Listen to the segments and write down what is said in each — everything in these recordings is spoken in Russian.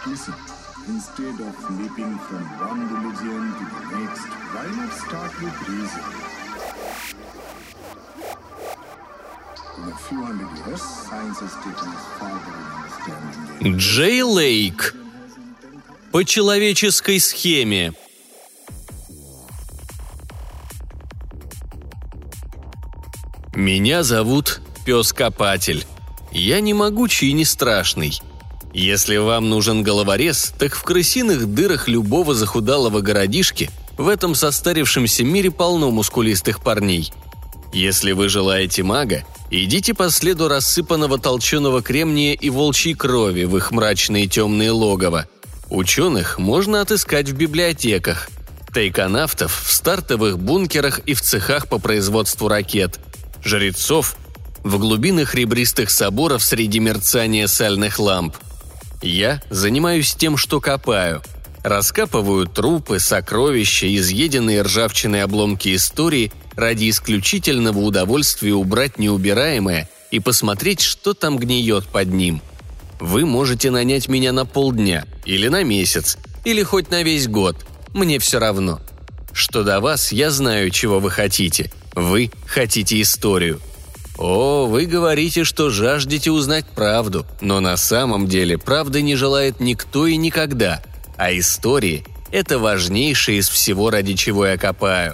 Listen, instead of leaping from one religion to the next, why not start with reason? In a few hundred years, science has taken us farther in understanding. Джей Лейк. По человеческой схеме. Меня зовут Пес-Копатель. Я не могучий и не страшный. Если вам нужен головорез, так в крысиных дырах любого захудалого городишки в этом состарившемся мире полно мускулистых парней. Если вы желаете мага, идите по следу рассыпанного толченого кремния и волчьей крови в их мрачные темные логово. Ученых можно отыскать в библиотеках, тайконавтов в стартовых бункерах и в цехах по производству ракет, жрецов в глубинах ребристых соборов среди мерцания сальных ламп. Я занимаюсь тем, что копаю. Раскапываю трупы, сокровища, изъеденные ржавчиной обломки истории ради исключительного удовольствия убрать неубираемое и посмотреть, что там гниет под ним. Вы можете нанять меня на полдня, или на месяц, или хоть на весь год. Мне все равно. Что до вас, я знаю, чего вы хотите. Вы хотите историю. О, вы говорите, что жаждете узнать правду, но на самом деле правды не желает никто и никогда, а истории – это важнейшее из всего, ради чего я копаю.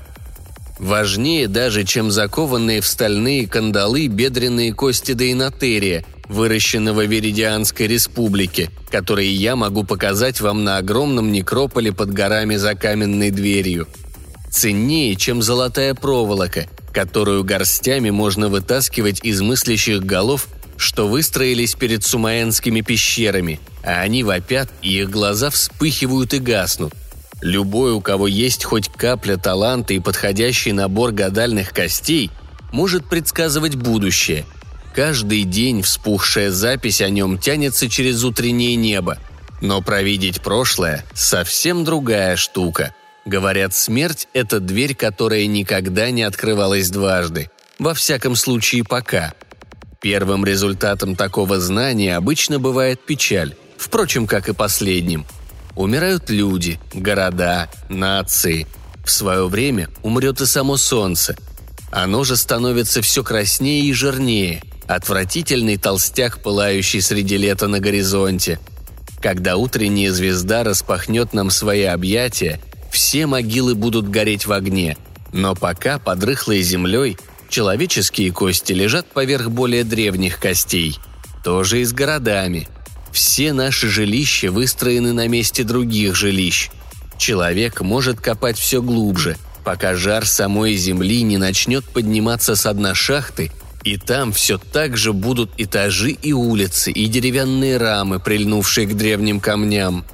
Важнее даже, чем закованные в стальные кандалы бедренные кости дейнотерия, выращенного в Веридианской республике, которые я могу показать вам на огромном некрополе под горами за каменной дверью. Ценнее, чем золотая проволока, которую горстями можно вытаскивать из мыслящих голов, что выстроились перед сумаэнскими пещерами, а они вопят, и их глаза вспыхивают и гаснут. Любой, у кого есть хоть капля таланта и подходящий набор гадальных костей, может предсказывать будущее. Каждый день вспухшая запись о нем тянется через утреннее небо. Но провидеть прошлое – совсем другая штука. Говорят, смерть – это дверь, которая никогда не открывалась дважды. Во всяком случае, пока. Первым результатом такого знания обычно бывает печаль, впрочем, как и последним. Умирают люди, города, нации. В свое время умрет и само солнце. Оно же становится все краснее и жирнее. Отвратительный толстяк, пылающий среди лета на горизонте. Когда утренняя звезда распахнет нам свои объятия, все могилы будут гореть в огне. Но пока под рыхлой землей человеческие кости лежат поверх более древних костей. Тоже и с городами. Все наши жилища выстроены на месте других жилищ. Человек может копать все глубже, пока жар самой земли не начнет подниматься с дна шахты, и там все так же будут этажи и улицы, и деревянные рамы, прильнувшие к древним камням.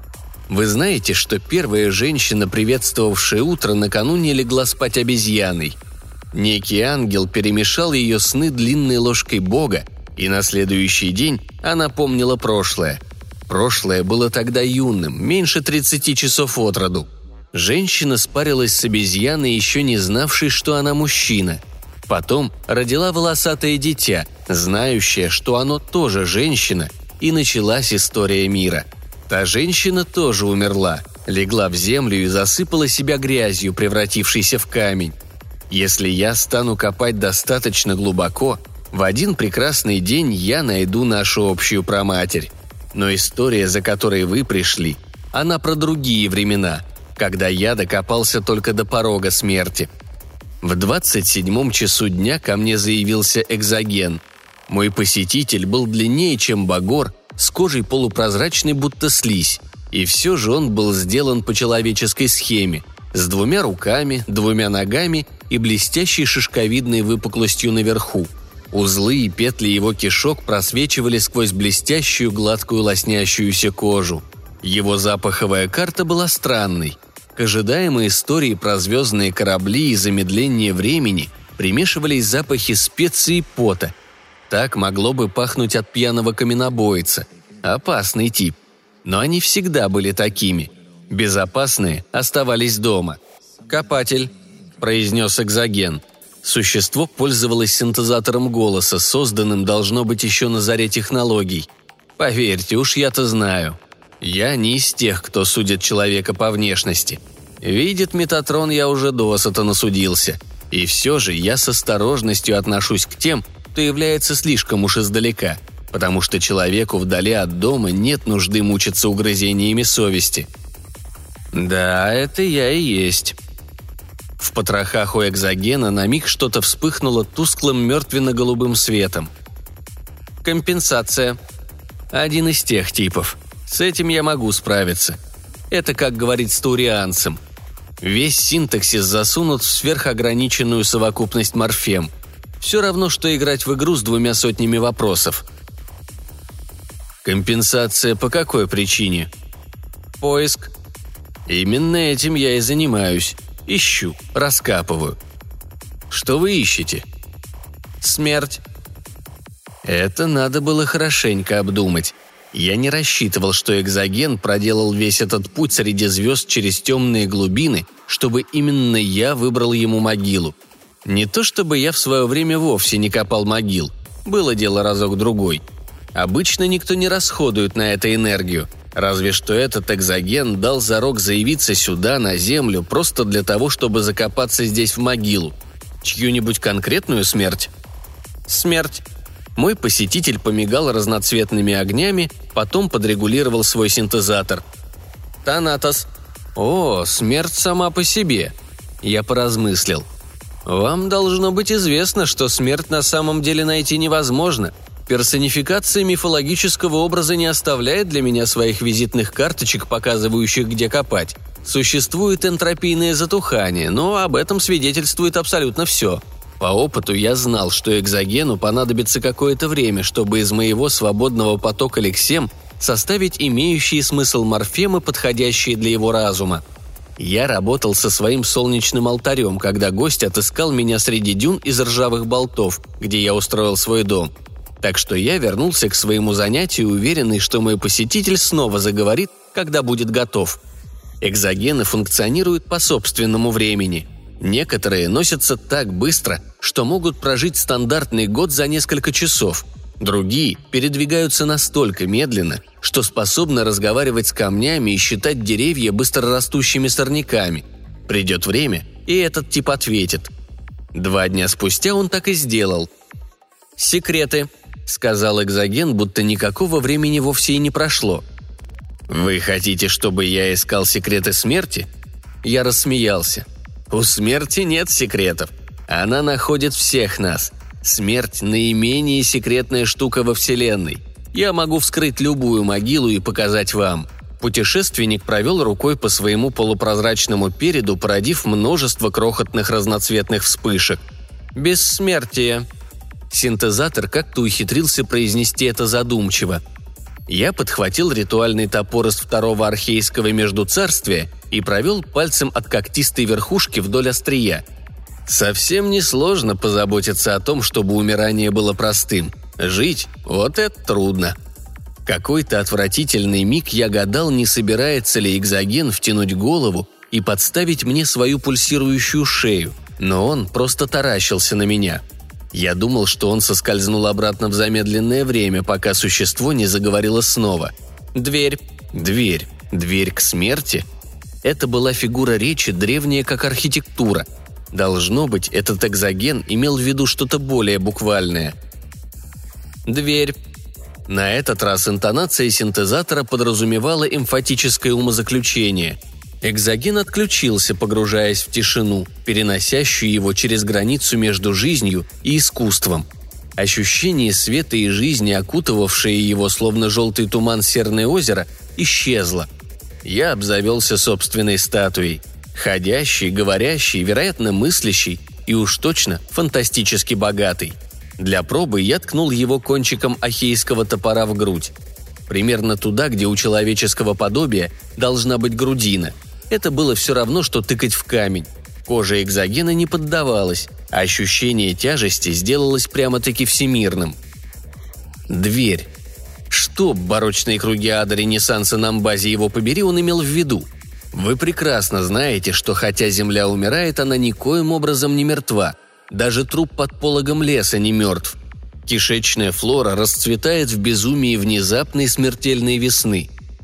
Вы знаете, что первая женщина, приветствовавшая утро, накануне легла спать обезьяной? Некий ангел перемешал ее сны длинной ложкой Бога, и на следующий день она помнила прошлое. Прошлое было тогда юным, меньше 30 часов от роду. Женщина спарилась с обезьяной, еще не знавшей, что она мужчина. Потом родила волосатое дитя, знающее, что оно тоже женщина, и началась история мира. Та женщина тоже умерла, легла в землю и засыпала себя грязью, превратившейся в камень. Если я стану копать достаточно глубоко, в один прекрасный день я найду нашу общую праматерь. Но история, за которой вы пришли, она про другие времена, когда я докопался только до порога смерти. В 27-м часу дня ко мне заявился экзоген. Мой посетитель был длиннее, чем багор, с кожей полупрозрачной, будто слизь, и все же он был сделан по человеческой схеме, с 2 руками, 2 ногами и блестящей шишковидной выпуклостью наверху. Узлы и петли его кишок просвечивали сквозь блестящую гладкую лоснящуюся кожу. Его запаховая карта была странной. К ожидаемой истории про звездные корабли и замедление времени примешивались запахи специй и пота. Так могло бы пахнуть от пьяного каменобойца. Опасный тип. Но они всегда были такими. Безопасные оставались дома. «Копатель», – произнес экзоген. Существо пользовалось синтезатором голоса, созданным, должно быть, еще на заре технологий. Поверьте, уж я-то знаю. Я не из тех, кто судит человека по внешности. Видит Метатрон, я уже досыта насудился. И все же я с осторожностью отношусь к тем, кто является слишком уж издалека, потому что человеку вдали от дома нет нужды мучиться угрызениями совести. Да, это я и есть. В потрохах у экзогена на миг что-то вспыхнуло тусклым мертвенно-голубым светом. Компенсация. Один из тех типов. С этим я могу справиться. Это как говорить с таурианцем. Весь синтаксис засунут в сверхограниченную совокупность морфем. Все равно, что играть в игру с 200 вопросов. Компенсация по какой причине? Поиск. Именно этим я и занимаюсь. Ищу, раскапываю. Что вы ищете? Смерть. Это надо было хорошенько обдумать. Я не рассчитывал, что экзоген проделал весь этот путь среди звезд через темные глубины, чтобы именно я выбрал ему могилу. Не то чтобы я в свое время вовсе не копал могил. Было дело разок-другой. Обычно никто не расходует на это энергию. Разве что этот экзоген дал зарок заявиться сюда, на Землю, просто для того, чтобы закопаться здесь в могилу. Чью-нибудь конкретную смерть? Смерть. Мой посетитель помигал разноцветными огнями, потом подрегулировал свой синтезатор. Танатос. О, смерть сама по себе. Я поразмыслил. Вам должно быть известно, что смерть на самом деле найти невозможно. Персонификация мифологического образа не оставляет для меня своих визитных карточек, показывающих, где копать. Существует энтропийное затухание, но об этом свидетельствует абсолютно все. По опыту я знал, что экзогену понадобится какое-то время, чтобы из моего свободного потока лексем составить имеющие смысл морфемы, подходящие для его разума. Я работал со своим солнечным алтарем, когда гость отыскал меня среди дюн из ржавых болтов, где я устроил свой дом. Так что я вернулся к своему занятию, уверенный, что мой посетитель снова заговорит, когда будет готов. Экзогены функционируют по собственному времени. Некоторые носятся так быстро, что могут прожить стандартный год за несколько часов. Другие передвигаются настолько медленно, что способны разговаривать с камнями и считать деревья быстрорастущими сорняками. Придет время, и этот тип ответит. 2 дня спустя он так и сделал. «Секреты», — сказал экзоген, будто никакого времени вовсе и не прошло. «Вы хотите, чтобы я искал секреты смерти?» Я рассмеялся. «У смерти нет секретов. Она находит всех нас. Смерть – наименее секретная штука во Вселенной. Я могу вскрыть любую могилу и показать вам». Путешественник провел рукой по своему полупрозрачному переду, породив множество крохотных разноцветных вспышек. «Бессмертие». Синтезатор как-то ухитрился произнести это задумчиво. Я подхватил ритуальный топор из 2-го архейского междуцарствия и провел пальцем от когтистой верхушки вдоль острия. Совсем несложно позаботиться о том, чтобы умирание было простым. Жить – вот это трудно. Какой-то отвратительный миг я гадал, не собирается ли экзоген втянуть голову и подставить мне свою пульсирующую шею, но он просто таращился на меня. Я думал, что он соскользнул обратно в замедленное время, пока существо не заговорило снова. Дверь к смерти? Это была фигура речи, древняя как архитектура. Должно быть, этот экзоген имел в виду что-то более буквальное. Дверь. На этот раз интонация синтезатора подразумевала эмфатическое умозаключение. Экзоген отключился, погружаясь в тишину, переносящую его через границу между жизнью и искусством. Ощущение света и жизни, окутывавшее его словно желтый туман серное озеро, исчезло. Я обзавелся собственной статуей. Ходящий, говорящий, вероятно, мыслящий и уж точно фантастически богатый. Для пробы я ткнул его кончиком ахейского топора в грудь. Примерно туда, где у человеческого подобия должна быть грудина. Это было все равно, что тыкать в камень. Кожа экзогена не поддавалась, а ощущение тяжести сделалось прямо-таки всемирным. Дверь. Что барочные круги ада Ренессанса Намбази его побери, он имел в виду? Вы прекрасно знаете, что хотя Земля умирает, она никоим образом не мертва. Даже труп под пологом леса не мертв. Кишечная флора расцветает в безумии внезапной смертельной весны.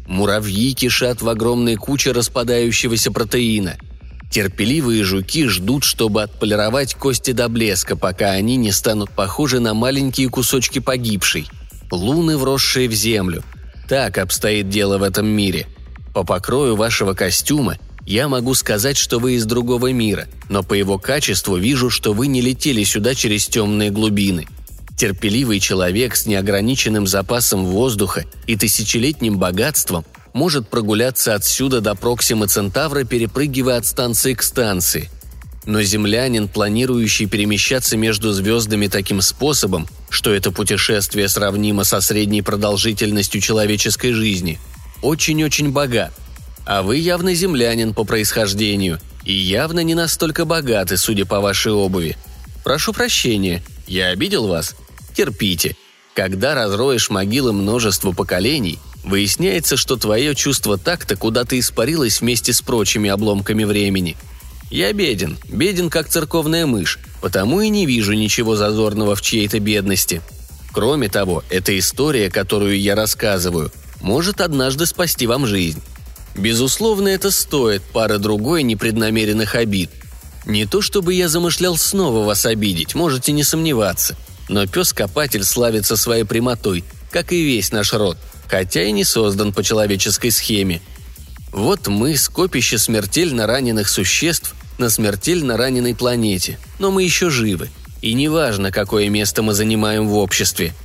Муравьи кишат в огромной куче распадающегося протеина. Терпеливые жуки ждут, чтобы отполировать кости до блеска, пока они не станут похожи на маленькие кусочки погибшей. Луны, вросшие в землю. Так обстоит дело в этом мире. По покрою вашего костюма я могу сказать, что вы из другого мира, но по его качеству вижу, что вы не летели сюда через темные глубины. Терпеливый человек с неограниченным запасом воздуха и тысячелетним богатством может прогуляться отсюда до Проксимы Центавра, перепрыгивая от станции к станции. Но землянин, планирующий перемещаться между звездами таким способом, что это путешествие сравнимо со средней продолжительностью человеческой жизни, очень-очень богат. А вы явно землянин по происхождению и явно не настолько богаты, судя по вашей обуви. Прошу прощения, я обидел вас? Терпите. Когда разроешь могилы множества поколений, выясняется, что твое чувство такта куда-то испарилось вместе с прочими обломками времени. Я беден как церковная мышь, потому и не вижу ничего зазорного в чьей-то бедности. Кроме того, эта история, которую я рассказываю, может однажды спасти вам жизнь. Безусловно, это стоит пары-другой непреднамеренных обид. Не то чтобы я замышлял снова вас обидеть, можете не сомневаться, но пес-копатель славится своей прямотой, как и весь наш род, хотя и не создан по человеческой схеме. Вот мы – скопище смертельно раненых существ на смертельно раненой планете, но мы еще живы, и неважно, какое место мы занимаем в обществе.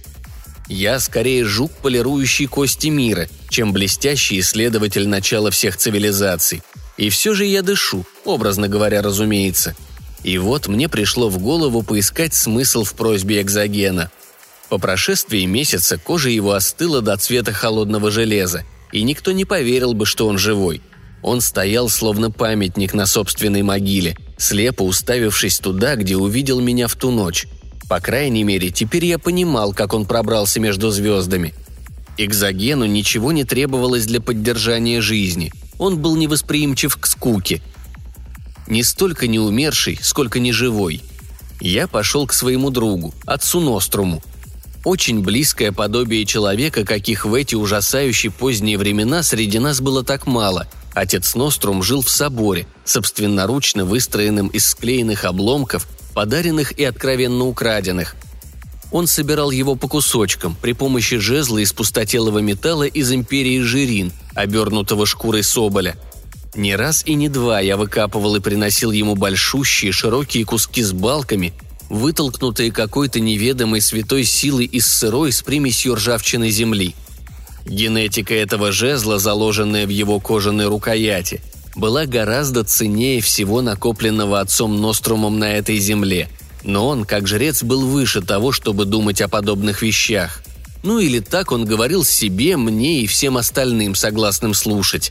Я скорее жук, полирующий кости мира, чем блестящий исследователь начала всех цивилизаций. И все же я дышу, образно говоря, разумеется. И вот мне пришло в голову поискать смысл в просьбе Экзогена. По прошествии месяца кожа его остыла до цвета холодного железа, и никто не поверил бы, что он живой. Он стоял, словно памятник на собственной могиле, слепо уставившись туда, где увидел меня в ту ночь. По крайней мере, теперь я понимал, как он пробрался между звездами. Экзогену ничего не требовалось для поддержания жизни. Он был невосприимчив к скуке. Не столько не умерший, сколько не живой. Я пошел к своему другу, отцу Ноструму. Очень близкое подобие человека, каких в эти ужасающие поздние времена среди нас было так мало. Отец Нострум жил в соборе, собственноручно выстроенном из склеенных обломков, подаренных и откровенно украденных. Он собирал его по кусочкам при помощи жезла из пустотелого металла из империи Жирин, обернутого шкурой соболя. Не раз и не два я выкапывал и приносил ему большущие широкие куски с балками, вытолкнутые какой-то неведомой святой силой из сырой с примесью ржавчины земли. Генетика этого жезла, заложенная в его кожаной рукояти, была гораздо ценнее всего накопленного отцом Нострумом на этой земле. Но он, как жрец, был выше того, чтобы думать о подобных вещах. Ну или так он говорил себе, мне и всем остальным, согласным слушать.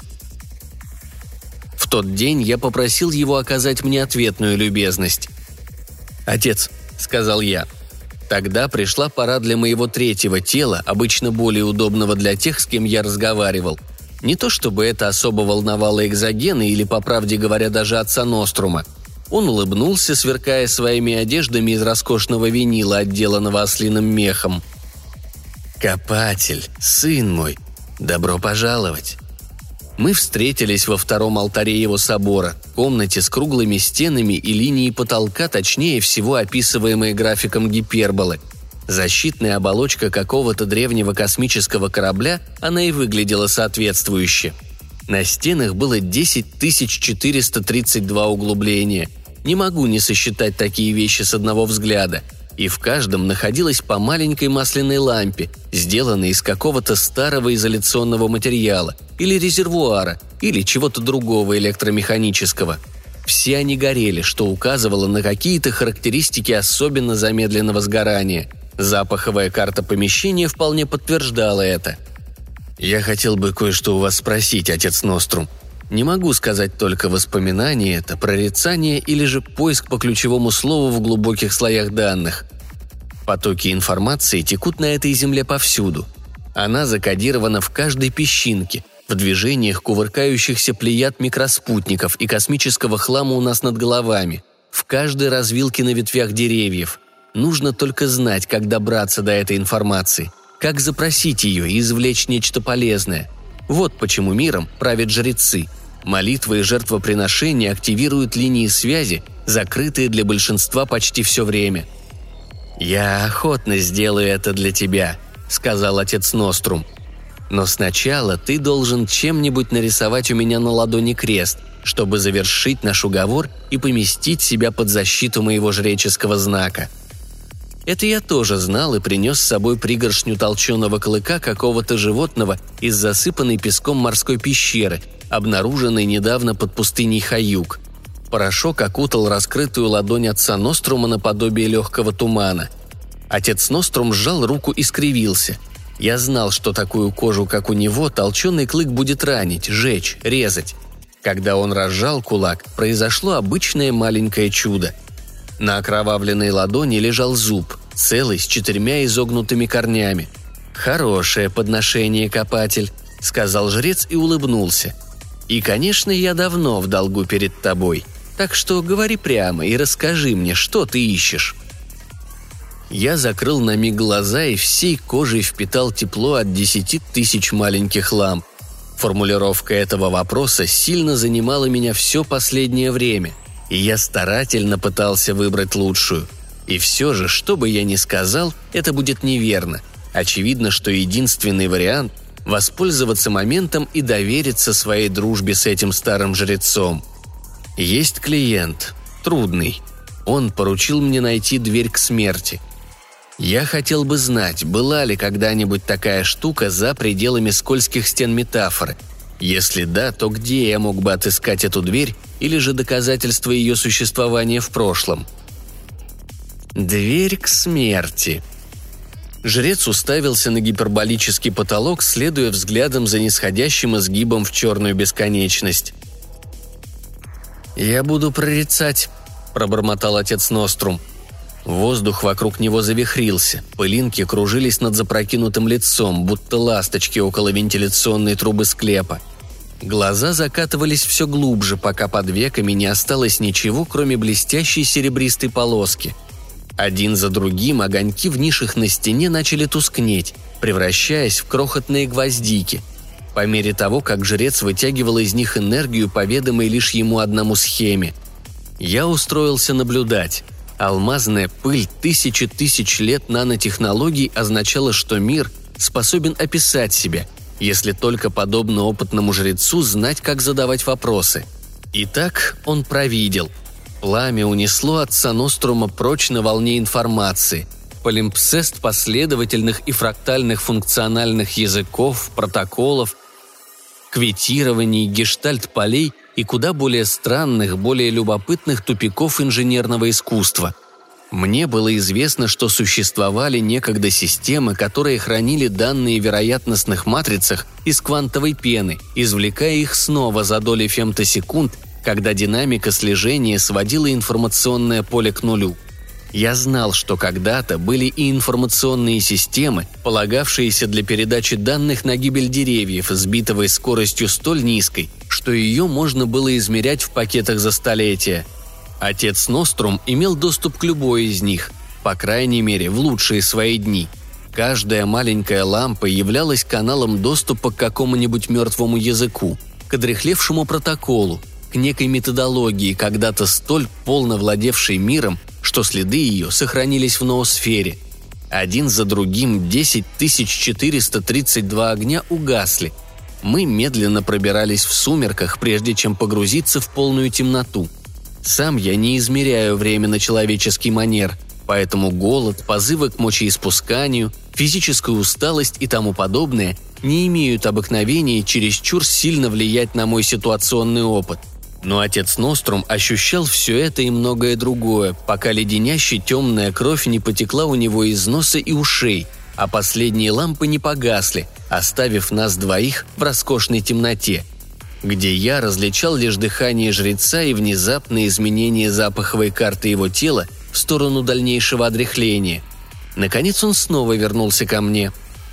В тот день я попросил его оказать мне ответную любезность. «Отец», — сказал я, — «тогда пришла пора для моего третьего тела, обычно более удобного для тех, с кем я разговаривал. Не то чтобы это особо волновало Экзогена или, по правде говоря, даже отца Нострума. Он улыбнулся, сверкая своими одеждами из роскошного винила, отделанного ослиным мехом. «Копатель, сын мой, добро пожаловать!» Мы встретились во втором алтаре его собора, комнате с круглыми стенами и линией потолка, точнее всего описываемой графиком гиперболы. Защитная оболочка какого-то древнего космического корабля, она и выглядела соответствующе. На стенах было 10 432 углубления. Не могу не сосчитать такие вещи с одного взгляда. И в каждом находилась по маленькой масляной лампе, сделанной из какого-то старого изоляционного материала, или резервуара, или чего-то другого электромеханического. Все они горели, что указывало на какие-то характеристики особенно замедленного сгорания. Запаховая карта помещения вполне подтверждала это. «Я хотел бы кое-что у вас спросить, отец Нострум. Не могу сказать только воспоминание это, прорицание или же поиск по ключевому слову в глубоких слоях данных. Потоки информации текут на этой земле повсюду. Она закодирована в каждой песчинке, в движениях кувыркающихся плеяд микроспутников и космического хлама у нас над головами, в каждой развилке на ветвях деревьев. Нужно только знать, как добраться до этой информации, как запросить ее и извлечь нечто полезное. Вот почему миром правят жрецы. Молитвы и жертвоприношения активируют линии связи, закрытые для большинства почти все время. «Я охотно сделаю это для тебя», — сказал отец Нострум. «Но сначала ты должен чем-нибудь нарисовать у меня на ладони крест, чтобы завершить наш уговор и поместить себя под защиту моего жреческого знака». Это я тоже знал и принес с собой пригоршню толченого клыка какого-то животного из засыпанной песком морской пещеры, обнаруженной недавно под пустыней Хаюк. Порошок окутал раскрытую ладонь отца Нострума наподобие легкого тумана. Отец Нострум сжал руку и скривился. Я знал, что такую кожу, как у него, толченый клык будет ранить, жечь, резать. Когда он разжал кулак, произошло обычное маленькое чудо. На окровавленной ладони лежал зуб, целый, с 4 изогнутыми корнями. «Хорошее подношение, копатель», — сказал жрец и улыбнулся. «И, конечно, я давно в долгу перед тобой, так что говори прямо и расскажи мне, что ты ищешь». Я закрыл на миг глаза и всей кожей впитал тепло от 10 000 маленьких ламп. Формулировка этого вопроса сильно занимала меня все последнее время, и я старательно пытался выбрать лучшую. И все же, что бы я ни сказал, это будет неверно. Очевидно, что единственный вариант – воспользоваться моментом и довериться своей дружбе с этим старым жрецом. Есть клиент, трудный. Он поручил мне найти дверь к смерти. Я хотел бы знать, была ли когда-нибудь такая штука за пределами скользких стен метафоры. Если да, то где я мог бы отыскать эту дверь или же доказательства ее существования в прошлом? Дверь к смерти. Жрец уставился на гиперболический потолок, следуя взглядом за нисходящим изгибом в черную бесконечность. «Я буду прорицать», – пробормотал отец Нострум. Воздух вокруг него завихрился, пылинки кружились над запрокинутым лицом, будто ласточки около вентиляционной трубы склепа. Глаза закатывались все глубже, пока под веками не осталось ничего, кроме блестящей серебристой полоски. Один за другим огоньки в нишах на стене начали тускнеть, превращаясь в крохотные гвоздики. По мере того, как жрец вытягивал из них энергию по ведомой лишь ему одному схеме. Я устроился наблюдать. Алмазная пыль 1000 тысяч лет нанотехнологий означала, что мир способен описать себя, если только, подобно опытному жрецу, знать, как задавать вопросы. Итак, он провидел. Пламя унесло отца Нострума прочь на волне информации. Полимпсест последовательных и фрактальных функциональных языков, протоколов, квитирований, гештальт-полей и куда более странных, более любопытных тупиков инженерного искусства. Мне было известно, что существовали некогда системы, которые хранили данные в вероятностных матрицах из квантовой пены, извлекая их снова за доли фемтосекунд, когда динамика слежения сводила информационное поле к нулю. Я знал, что когда-то были и информационные системы, полагавшиеся для передачи данных на гибель деревьев с битовой скоростью столь низкой, что ее можно было измерять в пакетах за столетия. Отец Нострум имел доступ к любой из них, по крайней мере, в лучшие свои дни. Каждая маленькая лампа являлась каналом доступа к какому-нибудь мертвому языку, к одряхлевшему протоколу, к некой методологии, когда-то столь полно владевшей миром, что следы ее сохранились в ноосфере. Один за другим 10 432 огня угасли. Мы медленно пробирались в сумерках, прежде чем погрузиться в полную темноту. Сам я не измеряю время на человеческий манер, поэтому голод, позывы к мочеиспусканию, физическая усталость и тому подобное не имеют обыкновения чересчур сильно влиять на мой ситуационный опыт. Но отец Нострум ощущал все это и многое другое, пока леденящая темная кровь не потекла у него из носа и ушей, а последние лампы не погасли, оставив нас двоих в роскошной темноте, где я различал лишь дыхание жреца и внезапные изменения запаховой карты его тела в сторону дальнейшего одряхления. Наконец он снова вернулся ко мне.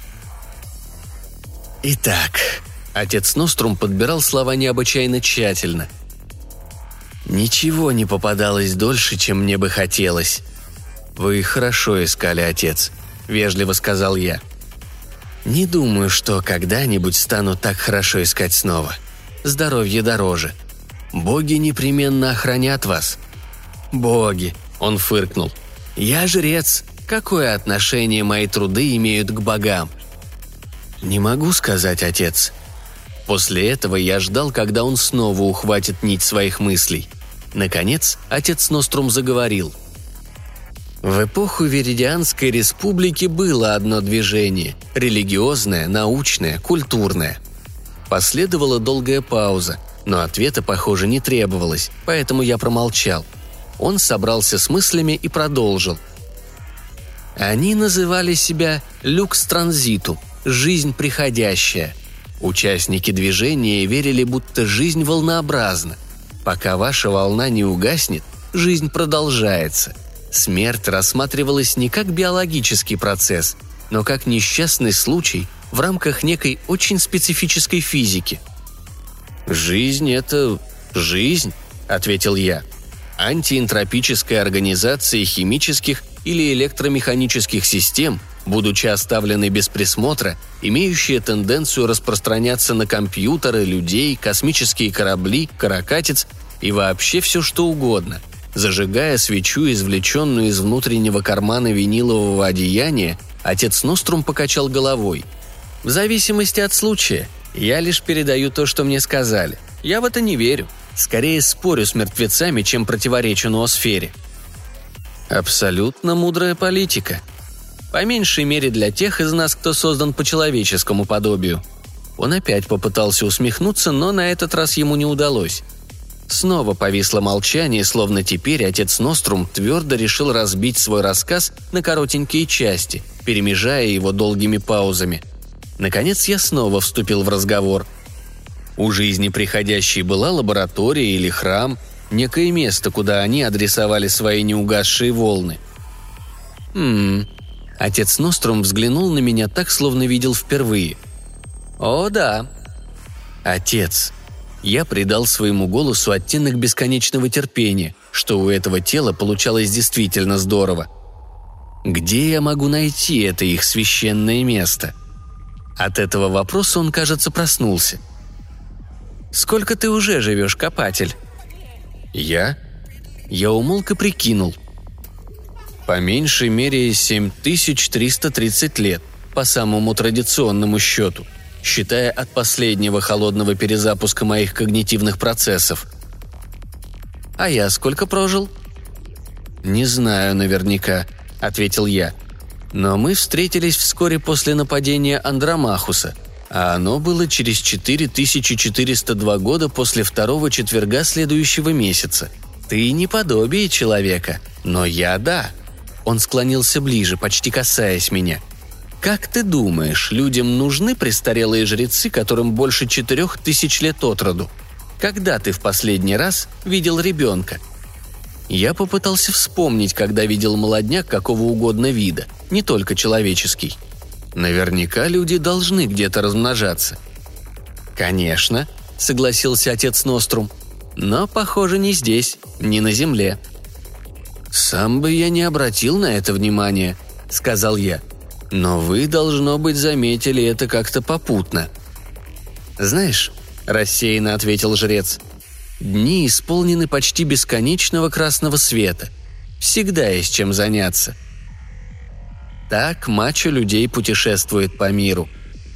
«Итак», — отец Нострум подбирал слова необычайно тщательно, — «ничего не попадалось дольше, чем мне бы хотелось». «Вы хорошо искали, отец», — вежливо сказал я. Не думаю, что когда-нибудь стану так хорошо искать снова. Здоровье дороже. Боги непременно охранят вас». «Боги», — он фыркнул. «Я жрец. Какое отношение мои труды имеют к богам?» «Не могу сказать, отец». После этого я ждал, когда он снова ухватит нить своих мыслей. Наконец, отец Нострум заговорил. В эпоху Веридианской республики было одно движение – религиозное, научное, культурное. Последовала долгая пауза, но ответа, похоже, не требовалось, поэтому я промолчал. Он собрался с мыслями и продолжил. Они называли себя «люкс транзиту» – «жизнь приходящая». Участники движения верили, будто жизнь волнообразна. Пока ваша волна не угаснет, жизнь продолжается. Смерть рассматривалась не как биологический процесс, но как несчастный случай в рамках некой очень специфической физики. «Жизнь – это жизнь», – ответил я. «Антиэнтропическая организация химических или электромеханических систем, будучи оставленной без присмотра, имеющая тенденцию распространяться на компьютеры, людей, космические корабли, каракатиц и вообще все что угодно. Зажигая свечу, извлеченную из внутреннего кармана винилового одеяния, отец Нострум покачал головой. В зависимости от случая. Я лишь передаю то, что мне сказали. Я в это не верю. Скорее спорю с мертвецами, чем противоречу ноосфере». Абсолютно мудрая политика. По меньшей мере для тех из нас, кто создан по человеческому подобию. Он опять попытался усмехнуться, но на этот раз ему не удалось. Снова повисло молчание, словно теперь отец Нострум твердо решил разбить свой рассказ на коротенькие части, перемежая его долгими паузами. Наконец я снова вступил в разговор. У жизни приходящей была лаборатория или храм, некое место, куда они адресовали свои неугасшие волны. Отец Нострум взглянул на меня так, словно видел впервые. «О, да». «Отец». Я придал своему голосу оттенок бесконечного терпения, что у этого тела получалось действительно здорово. «Где я могу найти это их священное место?» От этого вопроса он, кажется, проснулся. «Сколько ты уже живешь, копатель?» «Я?» Я умолк и прикинул. По меньшей мере 7330 лет, по самому традиционному счету, считая от последнего холодного перезапуска моих когнитивных процессов. «А я сколько прожил?» «Не знаю наверняка», — ответил я. «Но мы встретились вскоре после нападения Андромахуса, а оно было через 4402 года после второго четверга следующего месяца. Ты не подобие человека, но я да». Он склонился ближе, почти касаясь меня. «Как ты думаешь, людям нужны престарелые жрецы, которым больше 4000 лет от роду? Когда ты в последний раз видел ребенка?» Я попытался вспомнить, когда видел молодняк какого угодно вида, не только человеческий. Наверняка люди должны где-то размножаться. «Конечно», — согласился отец Нострум, — «но, похоже, не здесь, не на Земле». «Сам бы я не обратил на это внимания», — сказал я. «Но вы, должно быть, заметили это как-то попутно». «Знаешь», — рассеянно ответил жрец, — «дни исполнены почти бесконечного красного света. Всегда есть чем заняться». Так мачо людей путешествует по миру.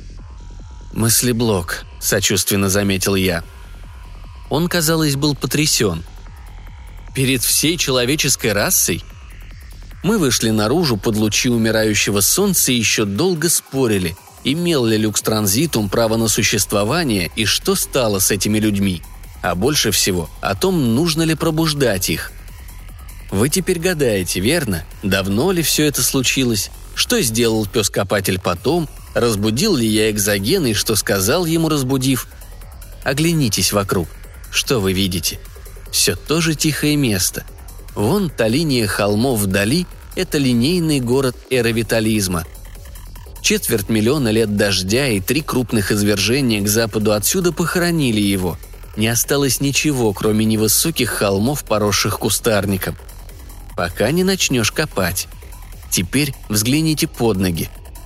«Мыслеблок», — сочувственно заметил я. Он, казалось, был потрясен. «Перед всей человеческой расой?» Мы вышли наружу под лучи умирающего солнца и еще долго спорили, имел ли люкс транзитум право на существование и что стало с этими людьми, а больше всего о том, нужно ли пробуждать их. Вы теперь гадаете, верно? Давно ли все это случилось? Что сделал пес-копатель потом? Разбудил ли я экзоген и что сказал ему, разбудив? Оглянитесь вокруг. Что вы видите? Все то же тихое место. Вон та линия холмов вдали – это линейный город эровитализма. 250 000 лет дождя и 3 крупных извержения к западу отсюда похоронили его. Не осталось ничего, кроме невысоких холмов, поросших кустарником. Пока не начнешь копать. Теперь взгляните под ноги.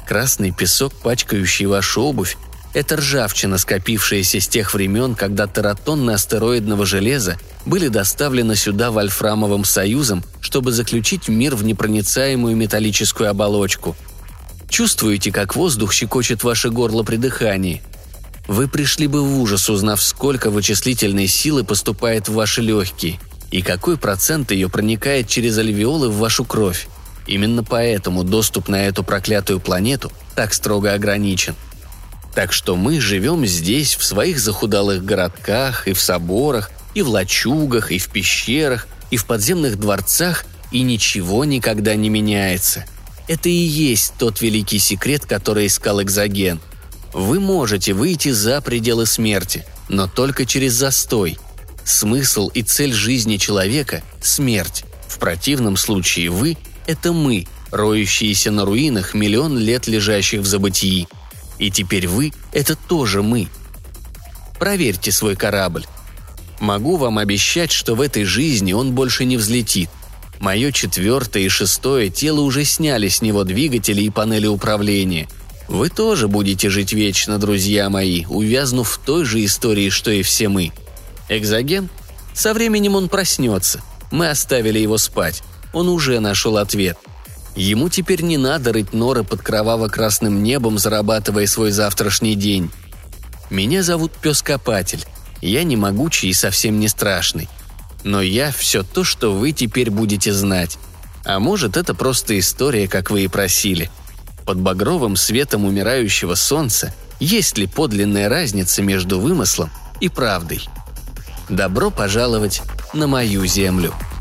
Красный песок, пачкающий вашу обувь, это ржавчина, скопившаяся с тех времен, когда тератонны астероидного железа были доставлены сюда Вольфрамовым союзом, чтобы заключить мир в непроницаемую металлическую оболочку. Чувствуете, как воздух щекочет ваше горло при дыхании? Вы пришли бы в ужас, узнав, сколько вычислительной силы поступает в ваши легкие и какой процент ее проникает через альвеолы в вашу кровь. Именно поэтому доступ на эту проклятую планету так строго ограничен. Так что мы живем здесь, в своих захудалых городках, и в соборах, и в лачугах, и в пещерах, и в подземных дворцах, и ничего никогда не меняется. Это и есть тот великий секрет, который искал Экзоген. Вы можете выйти за пределы смерти, но только через застой. Смысл и цель жизни человека – смерть. В противном случае вы – это мы, роющиеся на руинах миллион лет лежащих в забытии. И теперь вы – это тоже мы. Проверьте свой корабль. Могу вам обещать, что в этой жизни он больше не взлетит. Мое 4-е и 6-е тело уже сняли с него двигатели и панели управления. Вы тоже будете жить вечно, друзья мои, увязнув в той же истории, что и все мы. Экзоген? Со временем он проснется. Мы оставили его спать. Он уже нашел ответ. Ему теперь не надо рыть норы под кроваво-красным небом, зарабатывая свой завтрашний день. Меня зовут Пес-Копатель. Я не могучий и совсем не страшный. Но я все то, что вы теперь будете знать. А может, это просто история, как вы и просили. Под багровым светом умирающего солнца есть ли подлинная разница между вымыслом и правдой? Добро пожаловать на мою землю.